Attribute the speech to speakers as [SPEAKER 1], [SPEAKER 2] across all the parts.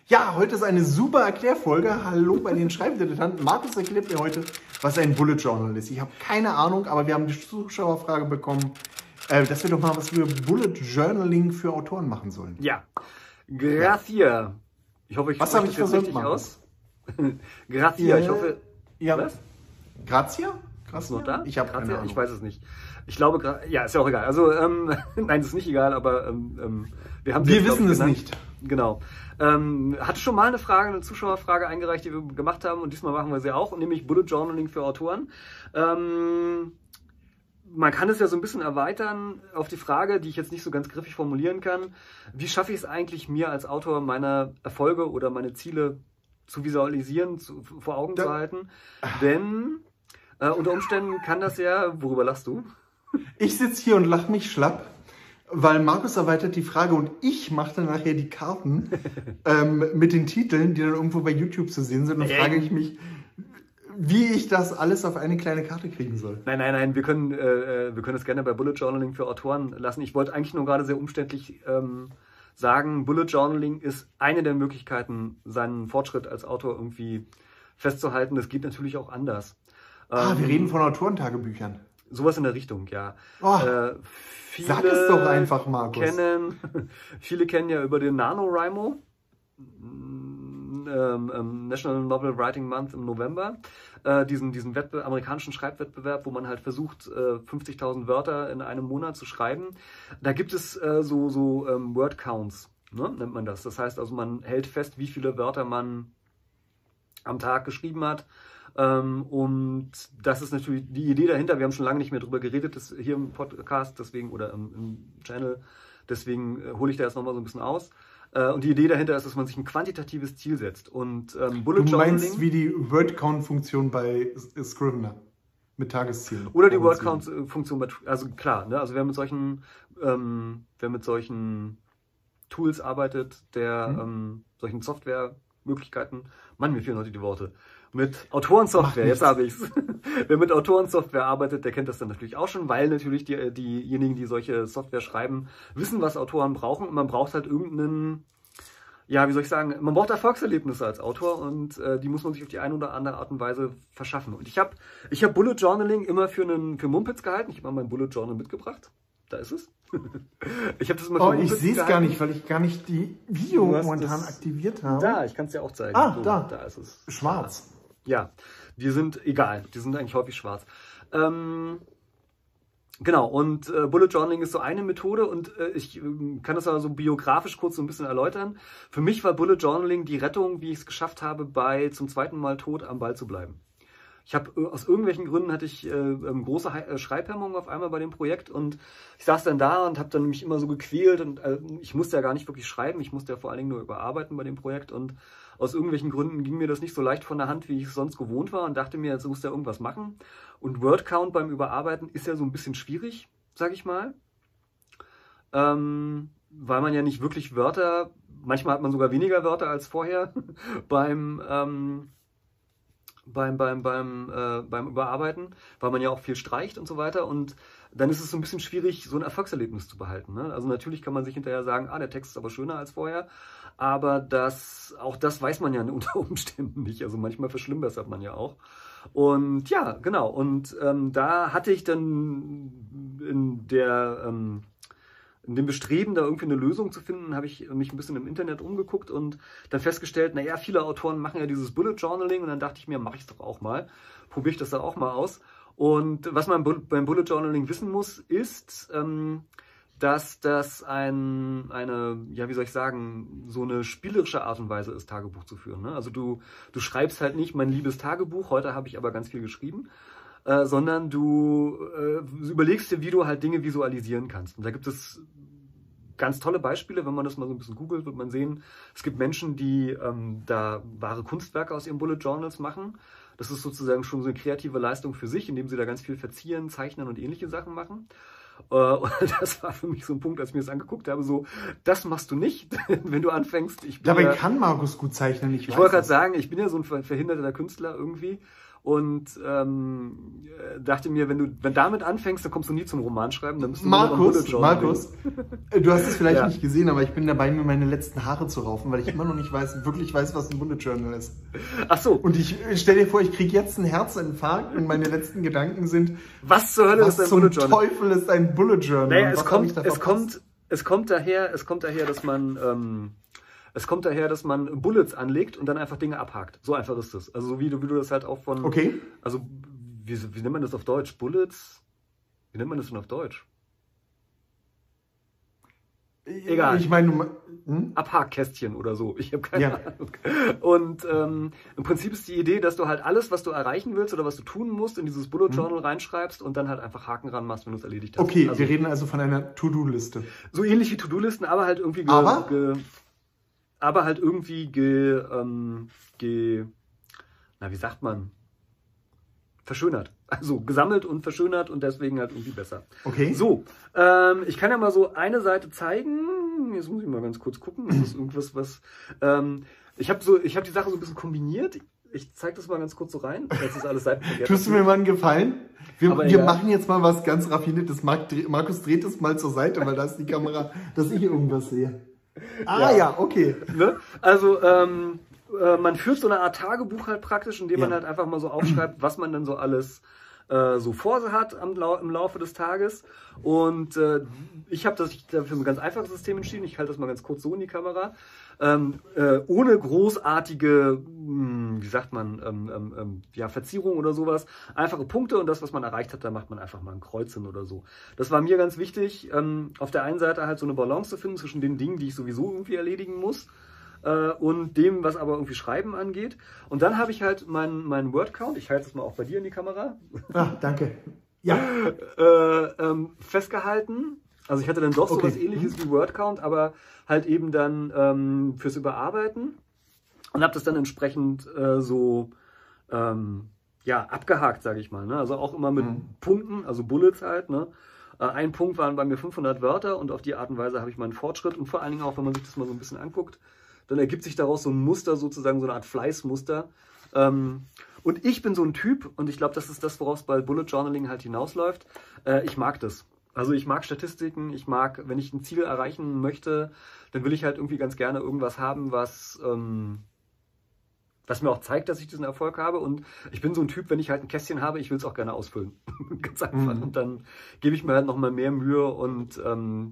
[SPEAKER 1] Ja, heute ist eine super Erklärfolge. Hallo bei den Schreibdilettanten. Markus erklärt mir heute, was ein Bullet Journal ist. Ich habe keine Ahnung, aber wir haben die Zuschauerfrage bekommen, dass wir doch mal was für Bullet Journaling für Autoren machen sollen.
[SPEAKER 2] Ja, Gracia. Ich hoffe, ich spreche das jetzt richtig aus. Gracia, ich hoffe...
[SPEAKER 1] Ja.
[SPEAKER 2] Was?
[SPEAKER 1] Grazia?
[SPEAKER 2] Bist du noch da?
[SPEAKER 1] Ich habe keine Ahnung.
[SPEAKER 2] Ich weiß es nicht. Ich glaube, ja, ist ja auch egal. Also, nein, ist nicht egal, aber wir
[SPEAKER 1] wissen es nicht.
[SPEAKER 2] Genau. Hatte schon mal eine Zuschauerfrage eingereicht, die wir gemacht haben, und diesmal machen wir sie auch, nämlich Bullet Journaling für Autoren. Man kann es ja so ein bisschen erweitern auf die Frage, die ich jetzt nicht so ganz griffig formulieren kann. Wie schaffe ich es eigentlich, mir als Autor meine Erfolge oder meine Ziele zu visualisieren, vor Augen zu halten? Denn unter Umständen kann das ja, worüber lachst du?
[SPEAKER 1] Ich sitze hier und lache mich schlapp, weil Markus erweitert die Frage und ich mache dann nachher die Karten mit den Titeln, die dann irgendwo bei YouTube zu sehen sind, und frage ich mich, wie ich das alles auf eine kleine Karte kriegen soll.
[SPEAKER 2] Nein, wir können es gerne bei Bullet Journaling für Autoren lassen. Ich wollte eigentlich nur gerade sehr umständlich sagen, Bullet Journaling ist eine der Möglichkeiten, seinen Fortschritt als Autor irgendwie festzuhalten. Das geht natürlich auch anders.
[SPEAKER 1] Wir reden von Autorentagebüchern.
[SPEAKER 2] Sowas in der Richtung, ja.
[SPEAKER 1] Oh, sag es doch einfach, Markus.
[SPEAKER 2] Viele kennen ja über den NaNoWriMo, National Novel Writing Month im November, diesen amerikanischen Schreibwettbewerb, wo man halt versucht, 50.000 Wörter in einem Monat zu schreiben. Da gibt es Word Counts, ne, nennt man das. Das heißt also, man hält fest, wie viele Wörter man am Tag geschrieben hat. Und das ist natürlich die Idee dahinter. Wir haben schon lange nicht mehr drüber geredet, das hier im Podcast, deswegen, oder im Channel, deswegen hole ich da jetzt nochmal so ein bisschen aus. Und die Idee dahinter ist, dass man sich ein quantitatives Ziel setzt. Und Bullet Journaling...
[SPEAKER 1] Du meinst wie die Word-Count-Funktion bei Scrivener mit Tageszielen?
[SPEAKER 2] Oder die Word-Count-Funktion bei... Also klar, ne? Also wer mit solchen Tools arbeitet, der solchen Softwaremöglichkeiten... Mann, mir fehlen heute die Worte. Mit Autorensoftware, jetzt habe ich es. Wer mit Autorensoftware arbeitet, der kennt das dann natürlich auch schon, weil natürlich diejenigen, die solche Software schreiben, wissen, was Autoren brauchen. Und man braucht halt irgendeinen, ja, wie soll ich sagen, man braucht Erfolgserlebnisse als Autor, und die muss man sich auf die eine oder andere Art und Weise verschaffen. Und ich hab Bullet Journaling immer für Mumpitz gehalten. Ich habe mal mein Bullet Journal mitgebracht. Da ist es. Ich habe das immer für
[SPEAKER 1] Mumpitz gehalten. Ich sehe es gar nicht, weil ich gar nicht die Video momentan aktiviert habe.
[SPEAKER 2] Da, ich kann es dir auch zeigen.
[SPEAKER 1] Da
[SPEAKER 2] ist es.
[SPEAKER 1] Schwarz.
[SPEAKER 2] Ja, die sind egal. Die sind eigentlich häufig schwarz. Genau, und Bullet Journaling ist so eine Methode, und ich kann das aber so biografisch kurz so ein bisschen erläutern. Für mich war Bullet Journaling die Rettung, wie ich es geschafft habe, zum zweiten Mal tot am Ball zu bleiben. Aus irgendwelchen Gründen hatte ich große Schreibhemmungen auf einmal bei dem Projekt, und ich saß dann da und habe dann mich immer so gequält, und ich musste ja gar nicht wirklich schreiben, ich musste ja vor allen Dingen nur überarbeiten bei dem Projekt, und aus irgendwelchen Gründen ging mir das nicht so leicht von der Hand, wie ich es sonst gewohnt war, und dachte mir, jetzt muss ja irgendwas machen. Und Wordcount beim Überarbeiten ist ja so ein bisschen schwierig, sage ich mal, weil man ja nicht wirklich Wörter, manchmal hat man sogar weniger Wörter als vorher beim Überarbeiten, weil man ja auch viel streicht und so weiter, und dann ist es so ein bisschen schwierig, so ein Erfolgserlebnis zu behalten, ne? Also natürlich kann man sich hinterher sagen, der Text ist aber schöner als vorher, aber auch das weiß man ja unter Umständen nicht, also manchmal verschlimmbessert man ja auch. Und ja, genau, und da hatte ich dann in dem Bestreben, da irgendwie eine Lösung zu finden, habe ich mich ein bisschen im Internet umgeguckt und dann festgestellt, naja, viele Autoren machen ja dieses Bullet Journaling, und dann dachte ich mir, mache ich es doch auch mal, probiere ich das dann auch mal aus. Und was man beim Bullet Journaling wissen muss, ist, dass das eine, ja, wie soll ich sagen, so eine spielerische Art und Weise ist, Tagebuch zu führen, ne? Also du schreibst halt nicht, mein liebes Tagebuch, heute habe ich aber ganz viel geschrieben, sondern du überlegst dir, wie du halt Dinge visualisieren kannst. Und da gibt es ganz tolle Beispiele. Wenn man das mal so ein bisschen googelt, wird man sehen, es gibt Menschen, die da wahre Kunstwerke aus ihren Bullet Journals machen. Das ist sozusagen schon so eine kreative Leistung für sich, indem sie da ganz viel verzieren, zeichnen und ähnliche Sachen machen. Und das war für mich so ein Punkt, als ich mir das angeguckt habe, so, das machst du nicht, wenn du anfängst.
[SPEAKER 1] Dabei kann Markus gut zeichnen,
[SPEAKER 2] ich wollte gerade sagen, ich bin ja so ein verhinderter Künstler irgendwie. und dachte mir, wenn du damit anfängst, dann kommst du nie zum Romanschreiben. Dann bist du
[SPEAKER 1] Markus, du hast es vielleicht
[SPEAKER 2] Ja.
[SPEAKER 1] nicht gesehen, aber ich bin dabei, mir meine letzten Haare zu raufen, weil ich immer noch nicht wirklich weiß, was ein Bullet Journal ist.
[SPEAKER 2] Ach so.
[SPEAKER 1] Und ich stell dir vor, ich kriege jetzt einen Herzinfarkt und meine letzten Gedanken sind,
[SPEAKER 2] Was zur Hölle ist
[SPEAKER 1] was
[SPEAKER 2] ein Bullet
[SPEAKER 1] zum
[SPEAKER 2] Journal?
[SPEAKER 1] Teufel ist ein Bullet Journal?
[SPEAKER 2] Naja,
[SPEAKER 1] Und
[SPEAKER 2] es
[SPEAKER 1] was hab ich da verpasst?
[SPEAKER 2] kommt daher, dass man Bullets anlegt und dann einfach Dinge abhakt. So einfach ist es. Also so wie du das halt auch von...
[SPEAKER 1] Okay.
[SPEAKER 2] Also wie nennt man das auf Deutsch? Bullets? Wie nennt man das denn auf Deutsch? Egal.
[SPEAKER 1] Ich meine,
[SPEAKER 2] Abhakkästchen oder so. Ich habe keine
[SPEAKER 1] Ja.
[SPEAKER 2] Ahnung. Und im Prinzip ist die Idee, dass du halt alles, was du erreichen willst oder was du tun musst, in dieses Bullet Journal reinschreibst und dann halt einfach Haken ran machst, wenn du es erledigt hast.
[SPEAKER 1] okay,
[SPEAKER 2] Also,
[SPEAKER 1] wir reden also von einer To-Do-Liste.
[SPEAKER 2] so ähnlich wie To-Do-Listen, aber halt irgendwie wie sagt man? Verschönert. Also gesammelt und verschönert und deswegen halt irgendwie besser.
[SPEAKER 1] Okay.
[SPEAKER 2] So, ich kann ja mal so eine Seite zeigen. Jetzt muss ich mal ganz kurz gucken. Das ist irgendwas, was... ich habe die Sache so ein bisschen kombiniert. Ich zeige das mal ganz kurz so rein. Das ist alles seitenverkehrt.
[SPEAKER 1] Tust du mir mal einen Gefallen? Wir
[SPEAKER 2] ja.
[SPEAKER 1] machen jetzt mal was ganz Raffiniertes. Markus dreht es mal zur Seite, weil da ist die Kamera, dass ich irgendwas sehe. Ah ja, okay.
[SPEAKER 2] Ne? Also man führt so eine Art Tagebuch halt praktisch, indem man halt einfach mal so aufschreibt, was man dann so alles so vor hat im Laufe des Tages. Und ich habe dafür ein ganz einfaches System entschieden. Ich halte das mal ganz kurz so in die Kamera. Ohne großartige, wie sagt man, Verzierung oder sowas. Einfache Punkte und das, was man erreicht hat, da macht man einfach mal ein Kreuz hin oder so. Das war mir ganz wichtig, auf der einen Seite halt so eine Balance zu finden zwischen den Dingen, die ich sowieso irgendwie erledigen muss, und dem, was aber irgendwie Schreiben angeht. Und dann habe ich halt meinen Word-Count, ich halte es mal auch bei dir in die Kamera,
[SPEAKER 1] Danke. Ja.
[SPEAKER 2] festgehalten. Also ich hatte dann doch so was Ähnliches wie Word-Count, aber halt eben dann fürs Überarbeiten und habe das dann entsprechend abgehakt, sage ich mal. Ne? Also auch immer mit Punkten, also Bullets halt. Ne? Ein Punkt waren bei mir 500 Wörter und auf die Art und Weise habe ich meinen Fortschritt und vor allen Dingen auch, wenn man sich das mal so ein bisschen anguckt, dann ergibt sich daraus so ein Muster, sozusagen so eine Art Fleißmuster. Und ich bin so ein Typ, und ich glaube, das ist das, worauf es bei Bullet Journaling halt hinausläuft. Ich mag das. Also ich mag Statistiken, ich mag, wenn ich ein Ziel erreichen möchte, dann will ich halt irgendwie ganz gerne irgendwas haben, was mir auch zeigt, dass ich diesen Erfolg habe. Und ich bin so ein Typ, wenn ich halt ein Kästchen habe, ich will es auch gerne ausfüllen. Ganz einfach. Und dann gebe ich mir halt nochmal mehr Mühe und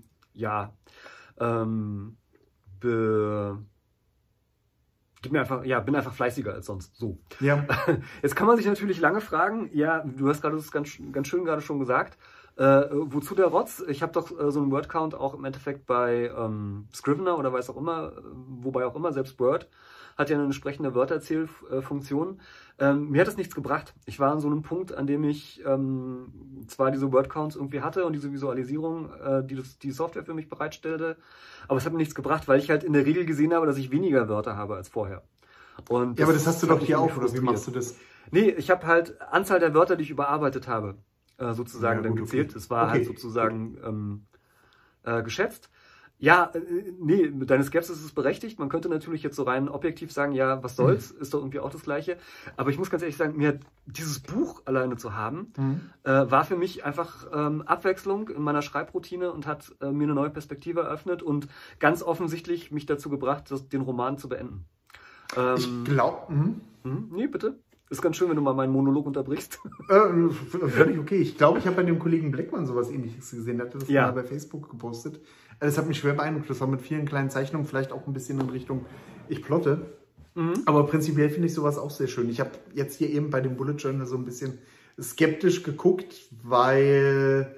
[SPEAKER 2] bin einfach fleißiger als sonst. So.
[SPEAKER 1] Ja.
[SPEAKER 2] Jetzt kann man sich natürlich lange fragen, ja, du hast gerade das ganz schön gerade schon gesagt, wozu der Rotz? Ich habe doch so einen Word-Count auch im Endeffekt bei Scrivener oder weiß auch immer, wobei auch immer, selbst Word hat ja eine entsprechende Wörterzählfunktion. Mir hat das nichts gebracht. Ich war an so einem Punkt, an dem ich zwar diese Word-Counts irgendwie hatte und diese Visualisierung, die Software für mich bereitstellte, aber es hat mir nichts gebracht, weil ich halt in der Regel gesehen habe, dass ich weniger Wörter habe als vorher. Und
[SPEAKER 1] Ja, aber das hast du doch hier auch, oder wie
[SPEAKER 2] frustriert.
[SPEAKER 1] machst du das?
[SPEAKER 2] Nee, ich habe halt Anzahl der Wörter, die ich überarbeitet habe, sozusagen
[SPEAKER 1] Ja,
[SPEAKER 2] dann
[SPEAKER 1] gut,
[SPEAKER 2] gezählt.
[SPEAKER 1] okay.
[SPEAKER 2] Es war halt sozusagen geschätzt. Ja, nee, deine Skepsis ist berechtigt. Man könnte natürlich jetzt so rein objektiv sagen, ja, was soll's, ist doch irgendwie auch das Gleiche. Aber ich muss ganz ehrlich sagen, mir dieses Buch alleine zu haben, war für mich einfach Abwechslung in meiner Schreibroutine und hat mir eine neue Perspektive eröffnet und ganz offensichtlich mich dazu gebracht, den Roman zu beenden.
[SPEAKER 1] Ich glaube...
[SPEAKER 2] Nee, bitte. Ist ganz schön, wenn du mal meinen Monolog unterbrichst.
[SPEAKER 1] Völlig okay. Ich glaube, ich habe bei dem Kollegen Blackman sowas Ähnliches gesehen. Der hat das mal bei Facebook gepostet. Das hat mich schwer beeindruckt. Das war mit vielen kleinen Zeichnungen, vielleicht auch ein bisschen in Richtung ich plotte. Aber prinzipiell finde ich sowas auch sehr schön. Ich habe jetzt hier eben bei dem Bullet Journal so ein bisschen skeptisch geguckt, weil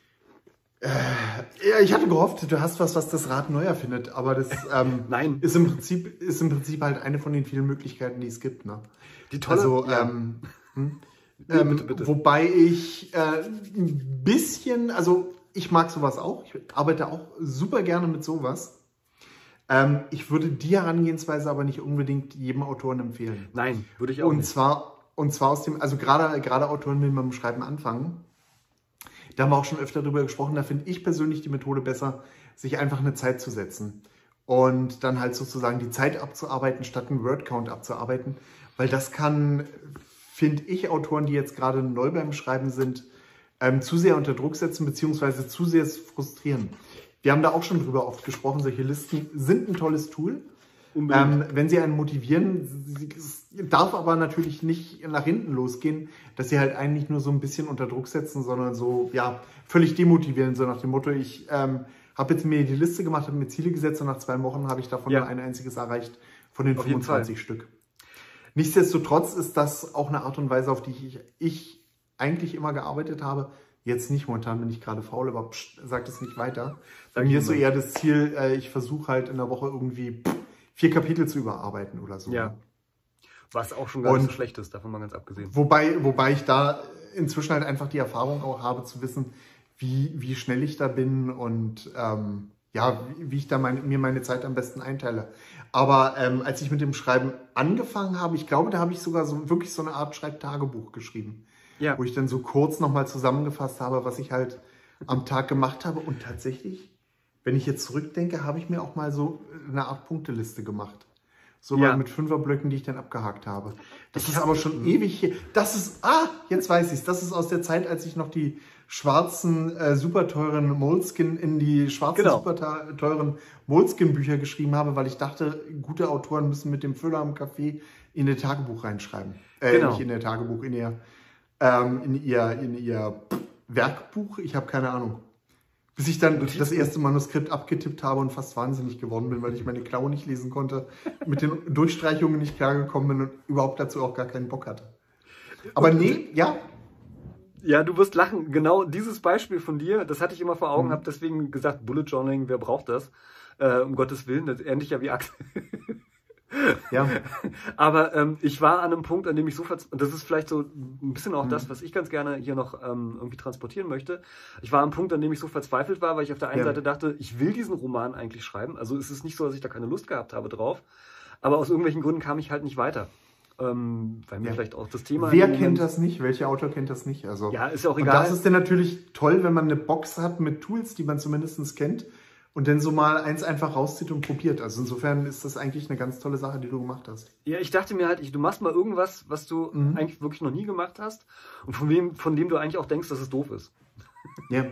[SPEAKER 1] ich hatte gehofft, du hast was das Rad neu erfindet. Aber das
[SPEAKER 2] Nein.
[SPEAKER 1] ist im Prinzip halt eine von den vielen Möglichkeiten, die es gibt. Ne?
[SPEAKER 2] Die tolle...
[SPEAKER 1] Also,
[SPEAKER 2] bitte.
[SPEAKER 1] Wobei ich ein bisschen, also ich mag sowas auch, ich arbeite auch super gerne mit sowas. Ich würde die Herangehensweise aber nicht unbedingt jedem Autoren empfehlen.
[SPEAKER 2] Nein, würde ich auch
[SPEAKER 1] Und
[SPEAKER 2] nicht.
[SPEAKER 1] zwar aus dem, also gerade Autoren, die mit dem Schreiben anfangen, da haben wir auch schon öfter drüber gesprochen, da finde ich persönlich die Methode besser, sich einfach eine Zeit zu setzen und dann halt sozusagen die Zeit abzuarbeiten, statt einen Word-Count abzuarbeiten, weil das kann finde ich, Autoren, die jetzt gerade neu beim Schreiben sind, zu sehr unter Druck setzen, beziehungsweise zu sehr frustrieren. Wir haben da auch schon drüber oft gesprochen, solche Listen sind ein tolles Tool. Wenn sie einen motivieren, es darf aber natürlich nicht nach hinten losgehen, dass sie halt eigentlich nur so ein bisschen unter Druck setzen, sondern so, ja, völlig demotivieren, so nach dem Motto, ich habe jetzt mir die Liste gemacht, habe mir Ziele gesetzt und nach 2 Wochen habe ich davon nur ein einziges erreicht von den 25 Stück. Nichtsdestotrotz ist das auch eine Art und Weise, auf die ich eigentlich immer gearbeitet habe. Jetzt nicht, momentan bin ich gerade faul, aber sag das nicht weiter. Bei mir ist so eher das Ziel, ich versuche halt in der Woche irgendwie 4 Kapitel zu überarbeiten oder so.
[SPEAKER 2] Ja. Was auch schon gar nicht so schlecht ist, davon mal ganz abgesehen.
[SPEAKER 1] Wobei ich da inzwischen halt einfach die Erfahrung auch habe, zu wissen, wie schnell ich da bin und ja, wie ich da mir meine Zeit am besten einteile. Aber als ich mit dem Schreiben angefangen habe, ich glaube, da habe ich sogar wirklich so eine Art Schreibtagebuch geschrieben. Ja. Wo ich dann so kurz nochmal zusammengefasst habe, was ich halt am Tag gemacht habe. Und tatsächlich, wenn ich jetzt zurückdenke, habe ich mir auch mal so eine Art Punkteliste gemacht. So mal mit 5er-Blöcken, die ich dann abgehakt habe. Das ist aber schon ewig hier. Das ist, jetzt weiß ich es. Das ist aus der Zeit, als ich noch die schwarzen, super teuren Moleskine in die schwarzen, super teuren Moleskine-Bücher geschrieben habe, weil ich dachte, gute Autoren müssen mit dem Füller am Café in ihr Tagebuch reinschreiben. Nicht in ihr Tagebuch, in ihr Werkbuch. Ich habe keine Ahnung. Bis ich dann das erste Manuskript abgetippt habe und fast wahnsinnig geworden bin, weil ich meine Klaue nicht lesen konnte, mit den Durchstreichungen nicht klargekommen bin und überhaupt dazu auch gar keinen Bock hatte. Aber nee, ja.
[SPEAKER 2] Ja, du wirst lachen. Genau dieses Beispiel von dir, das hatte ich immer vor Augen, habe deswegen gesagt, Bullet Journaling, wer braucht das? Um Gottes Willen, das ist ähnlich ja wie Axel.
[SPEAKER 1] Ja.
[SPEAKER 2] Aber ich war an einem Punkt, an dem ich so das ist vielleicht so ein bisschen auch das, was ich ganz gerne hier noch irgendwie transportieren möchte. Ich war am Punkt, an dem ich so verzweifelt war, weil ich auf der einen Seite dachte, ich will diesen Roman eigentlich schreiben. Also es ist nicht so, dass ich da keine Lust gehabt habe drauf. Aber aus irgendwelchen Gründen kam ich halt nicht weiter. Weil mir vielleicht auch das Thema...
[SPEAKER 1] Wer kennt das nicht? Welcher Autor kennt das nicht? Also,
[SPEAKER 2] ja, ist ja auch egal.
[SPEAKER 1] Und das ist dann natürlich toll, wenn man eine Box hat mit Tools, die man zumindest kennt und dann so mal eins einfach rauszieht und probiert. Also insofern ist das eigentlich eine ganz tolle Sache, die du gemacht hast.
[SPEAKER 2] Ja, ich dachte mir halt, du machst mal irgendwas, was du eigentlich wirklich noch nie gemacht hast und von dem du eigentlich auch denkst, dass es doof ist.
[SPEAKER 1] Ja.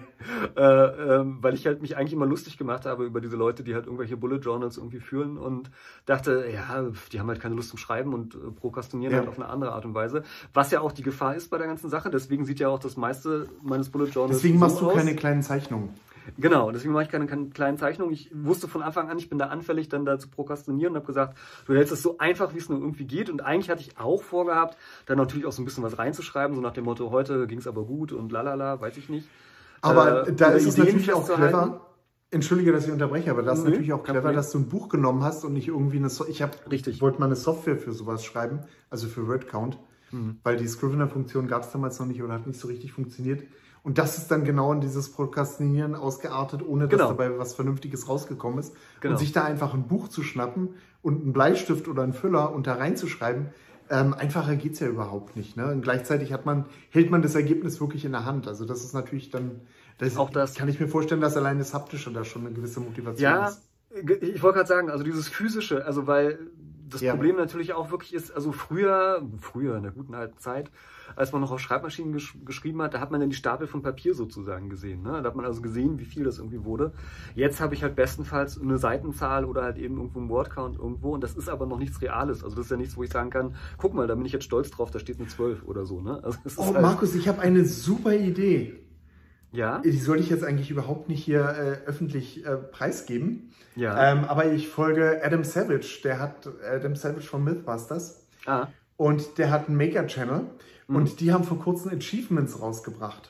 [SPEAKER 2] Weil ich halt mich eigentlich immer lustig gemacht habe über diese Leute, die halt irgendwelche Bullet Journals irgendwie führen und dachte, ja, die haben halt keine Lust zum Schreiben und prokrastinieren halt auf eine andere Art und Weise. Was ja auch die Gefahr ist bei der ganzen Sache. Deswegen sieht ja auch das meiste meines Bullet Journals
[SPEAKER 1] Deswegen machst du keine kleinen Zeichnungen.
[SPEAKER 2] Genau, deswegen mache ich keine kleinen Zeichnungen. Ich wusste von Anfang an, ich bin da anfällig, dann da zu prokrastinieren und habe gesagt, du hältst es so einfach, wie es nur irgendwie geht. Und eigentlich hatte ich auch vorgehabt, dann natürlich auch so ein bisschen was reinzuschreiben, so nach dem Motto, heute ging es aber gut und lalala, weiß ich nicht.
[SPEAKER 1] Aber da ist es natürlich auch clever. Entschuldige, dass ich unterbreche, aber das ist natürlich auch clever, dass du ein Buch genommen hast und nicht irgendwie eine Ich wollte mal eine Software für sowas schreiben, also für Wordcount, weil die Scrivener-Funktion gab es damals noch nicht oder hat nicht so richtig funktioniert. Und das ist dann genau in dieses Prokrastinieren ausgeartet, ohne dass dabei was Vernünftiges rausgekommen ist. Und sich da einfach ein Buch zu schnappen und einen Bleistift oder einen Füller und da reinzuschreiben, einfacher geht es ja überhaupt nicht. Ne? Und gleichzeitig hält man das Ergebnis wirklich in der Hand. Also das ist natürlich dann, kann ich mir vorstellen, dass allein das Haptische da schon eine gewisse Motivation ist.
[SPEAKER 2] Ja, ich wollte gerade sagen, also dieses Physische, also weil das Problem natürlich auch wirklich ist, also früher in der guten alten Zeit, als man noch auf Schreibmaschinen geschrieben hat, da hat man dann die Stapel von Papier sozusagen gesehen. Ne? Da hat man also gesehen, wie viel das irgendwie wurde. Jetzt habe ich halt bestenfalls eine Seitenzahl oder halt eben irgendwo ein Wordcount irgendwo und das ist aber noch nichts Reales. Also das ist ja nichts, wo ich sagen kann, guck mal, da bin ich jetzt stolz drauf, da steht eine 12 oder so. Ne? Also
[SPEAKER 1] halt Markus, ich habe eine super Idee.
[SPEAKER 2] Ja?
[SPEAKER 1] Die sollte ich jetzt eigentlich überhaupt nicht hier öffentlich preisgeben.
[SPEAKER 2] Ja.
[SPEAKER 1] Aber ich folge Adam Savage. Der hat Adam Savage von Mythbusters. Und der hat einen Maker-Channel. Und die haben vor kurzem Achievements rausgebracht.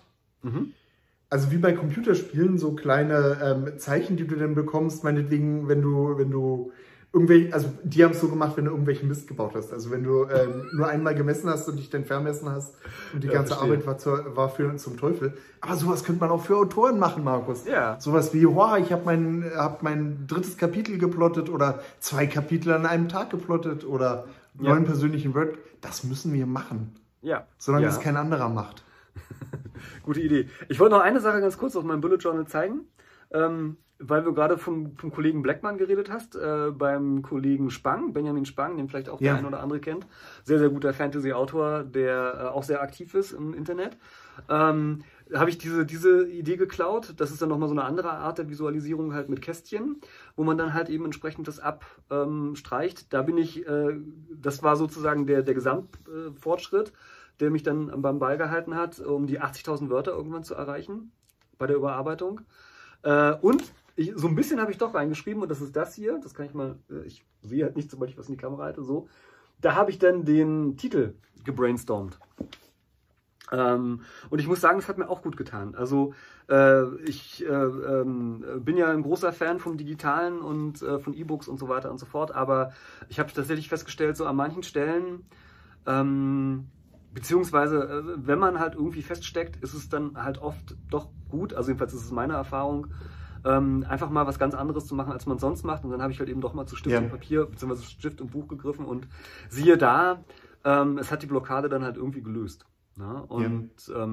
[SPEAKER 1] Also wie bei Computerspielen, so kleine Zeichen, die du dann bekommst, meinetwegen, wenn du irgendwelche, also die haben es so gemacht, wenn du irgendwelchen Mist gebaut hast. Also wenn du nur einmal gemessen hast und dich dann vermessen hast und die ganze Arbeit war zum Teufel. Aber sowas könnte man auch für Autoren machen, Markus.
[SPEAKER 2] Ja.
[SPEAKER 1] Sowas wie, wow, ich habe mein 3. Kapitel geplottet oder 2 Kapitel an einem Tag geplottet oder 9 persönlichen Word. Das müssen wir machen.
[SPEAKER 2] Ja.
[SPEAKER 1] Solange es kein anderer macht.
[SPEAKER 2] Gute Idee. Ich wollte noch eine Sache ganz kurz aus meinem Bullet Journal zeigen. weil du gerade vom Kollegen Blackman geredet hast, beim Kollegen Spang, Benjamin Spang, den vielleicht auch der ein oder andere kennt, sehr, sehr guter Fantasy-Autor, der auch sehr aktiv ist im Internet, habe ich diese Idee geklaut. Das ist dann nochmal so eine andere Art der Visualisierung halt mit Kästchen, wo man dann halt eben entsprechend das abstreicht. Da bin ich, das war sozusagen der Gesamtfortschritt, der mich dann beim Ball gehalten hat, um die 80.000 Wörter irgendwann zu erreichen bei der Überarbeitung. Und so ein bisschen habe ich doch reingeschrieben, und das ist das hier. Das kann ich mal, ich sehe halt nicht, sobald ich was in die Kamera halte, so. Da habe ich dann den Titel gebrainstormt. Und ich muss sagen, es hat mir auch gut getan. Also ich bin ja ein großer Fan vom Digitalen und von E-Books und so weiter und so fort, aber ich habe tatsächlich festgestellt, so an manchen Stellen, beziehungsweise wenn man halt irgendwie feststeckt, ist es dann halt oft doch gut, also jedenfalls ist es meine Erfahrung, einfach mal was ganz anderes zu machen, als man sonst macht. Und dann habe ich halt eben doch mal zu Stift und Papier, beziehungsweise Stift und Buch gegriffen und siehe da, es hat die Blockade dann halt irgendwie gelöst. Na? Und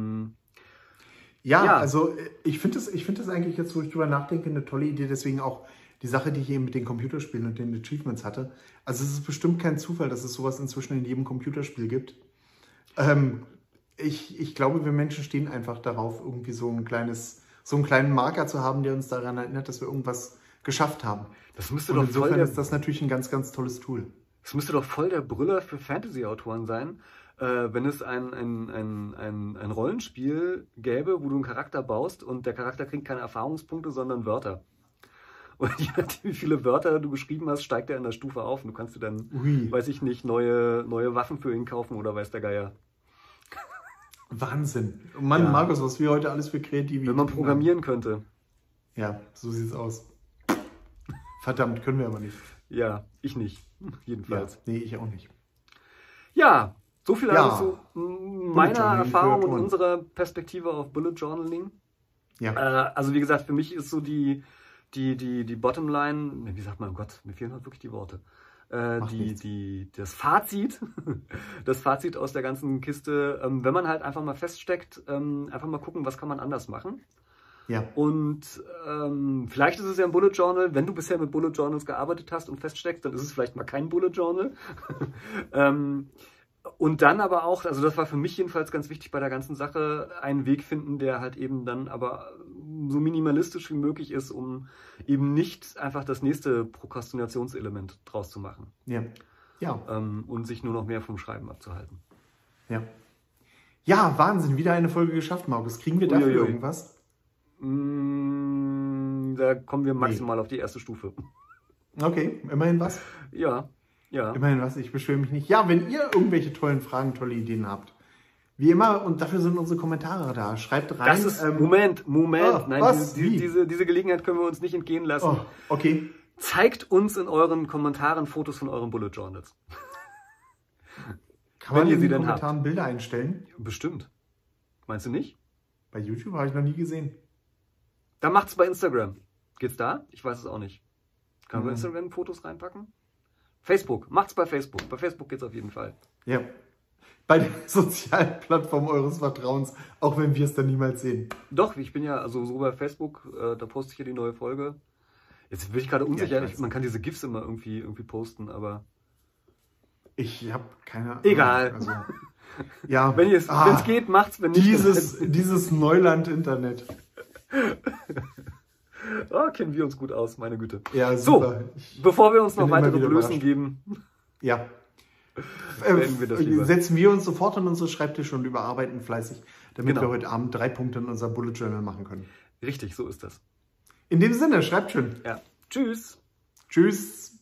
[SPEAKER 1] also ich finde das eigentlich jetzt, wo ich drüber nachdenke, eine tolle Idee. Deswegen auch die Sache, die ich eben mit den Computerspielen und den Achievements hatte. Also es ist bestimmt kein Zufall, dass es sowas inzwischen in jedem Computerspiel gibt. Ich glaube, wir Menschen stehen einfach darauf, irgendwie so einen kleinen Marker zu haben, der uns daran erinnert, dass wir irgendwas geschafft haben.
[SPEAKER 2] Das müsste
[SPEAKER 1] und
[SPEAKER 2] doch
[SPEAKER 1] insofern ist das natürlich ein ganz, ganz tolles Tool.
[SPEAKER 2] Das müsste doch voll der Brüller für Fantasy-Autoren sein, wenn es ein Rollenspiel gäbe, wo du einen Charakter baust und der Charakter kriegt keine Erfahrungspunkte, sondern Wörter. Und je nachdem, wie viele Wörter du geschrieben hast, steigt er in der Stufe auf. Und du kannst dir dann, weiß ich nicht, neue Waffen für ihn kaufen oder weiß der Geier.
[SPEAKER 1] Wahnsinn. Mann, ja. Markus, was wir heute alles für Kreativität
[SPEAKER 2] wenn man programmieren könnte.
[SPEAKER 1] Ja, so sieht's aus. Verdammt, können wir aber nicht.
[SPEAKER 2] Ja, ich nicht. Jedenfalls.
[SPEAKER 1] Ja, nee, ich auch nicht.
[SPEAKER 2] Ja, so viel also zu meiner Erfahrung und unserer Perspektive auf Bullet Journaling.
[SPEAKER 1] Ja.
[SPEAKER 2] Also wie gesagt, für mich ist so die Bottomline, wie sagt man, oh Gott, mir fehlen halt wirklich die Worte. Das Fazit aus der ganzen Kiste, wenn man halt einfach mal feststeckt, einfach mal gucken, was kann man anders machen.
[SPEAKER 1] Ja.
[SPEAKER 2] Und vielleicht ist es ja ein Bullet Journal, wenn du bisher mit Bullet Journals gearbeitet hast und feststeckst, dann ist es vielleicht mal kein Bullet Journal. Und dann aber auch, also das war für mich jedenfalls ganz wichtig bei der ganzen Sache, einen Weg finden, der halt eben dann aber so minimalistisch wie möglich ist, um eben nicht einfach das nächste Prokrastinationselement draus zu machen.
[SPEAKER 1] Ja. Ja.
[SPEAKER 2] Und sich nur noch mehr vom Schreiben abzuhalten.
[SPEAKER 1] Ja. Ja, Wahnsinn, wieder eine Folge geschafft, Markus. Kriegen wir dafür irgendwas?
[SPEAKER 2] Da kommen wir maximal auf die erste Stufe.
[SPEAKER 1] Okay, immerhin was?
[SPEAKER 2] Ja. Ja.
[SPEAKER 1] Immerhin was, ich beschwere mich nicht. Ja, wenn ihr irgendwelche tollen Fragen, tolle Ideen habt, wie immer, und dafür sind unsere Kommentare da. Schreibt rein.
[SPEAKER 2] Das ist, Moment. Nein,
[SPEAKER 1] was?
[SPEAKER 2] Diese Gelegenheit können wir uns nicht entgehen lassen.
[SPEAKER 1] Oh, okay.
[SPEAKER 2] Zeigt uns in euren Kommentaren Fotos von euren Bullet Journals.
[SPEAKER 1] Kann man in den Kommentaren Bilder einstellen?
[SPEAKER 2] Bestimmt. Meinst du nicht?
[SPEAKER 1] Bei YouTube habe ich noch nie gesehen.
[SPEAKER 2] Dann macht's bei Instagram. Geht's da? Ich weiß es auch nicht. Kann man bei Instagram Fotos reinpacken? Facebook. Macht's bei Facebook. Bei Facebook geht's auf jeden Fall.
[SPEAKER 1] Ja. Bei der sozialen Plattform eures Vertrauens, auch wenn wir es dann niemals sehen.
[SPEAKER 2] Doch, ich bin ja also so bei Facebook, da poste ich ja die neue Folge. Jetzt bin ich gerade unsicher, man kann diese GIFs immer irgendwie posten, aber...
[SPEAKER 1] Ich habe keine Ahnung.
[SPEAKER 2] Egal.
[SPEAKER 1] Also, ja.
[SPEAKER 2] Wenn es geht, macht's, wenn nicht...
[SPEAKER 1] Dieses Neuland-Internet.
[SPEAKER 2] Kennen wir uns gut aus, meine Güte.
[SPEAKER 1] Ja, super.
[SPEAKER 2] So, bevor wir uns noch weitere Blößen geben,
[SPEAKER 1] ja.
[SPEAKER 2] wir
[SPEAKER 1] setzen wir uns sofort an unsere Schreibtische und überarbeiten fleißig, damit wir heute Abend 3 Punkte in unser Bullet Journal machen können.
[SPEAKER 2] Richtig, so ist das.
[SPEAKER 1] In dem Sinne, schreibt schön.
[SPEAKER 2] Ja. Tschüss.
[SPEAKER 1] Tschüss.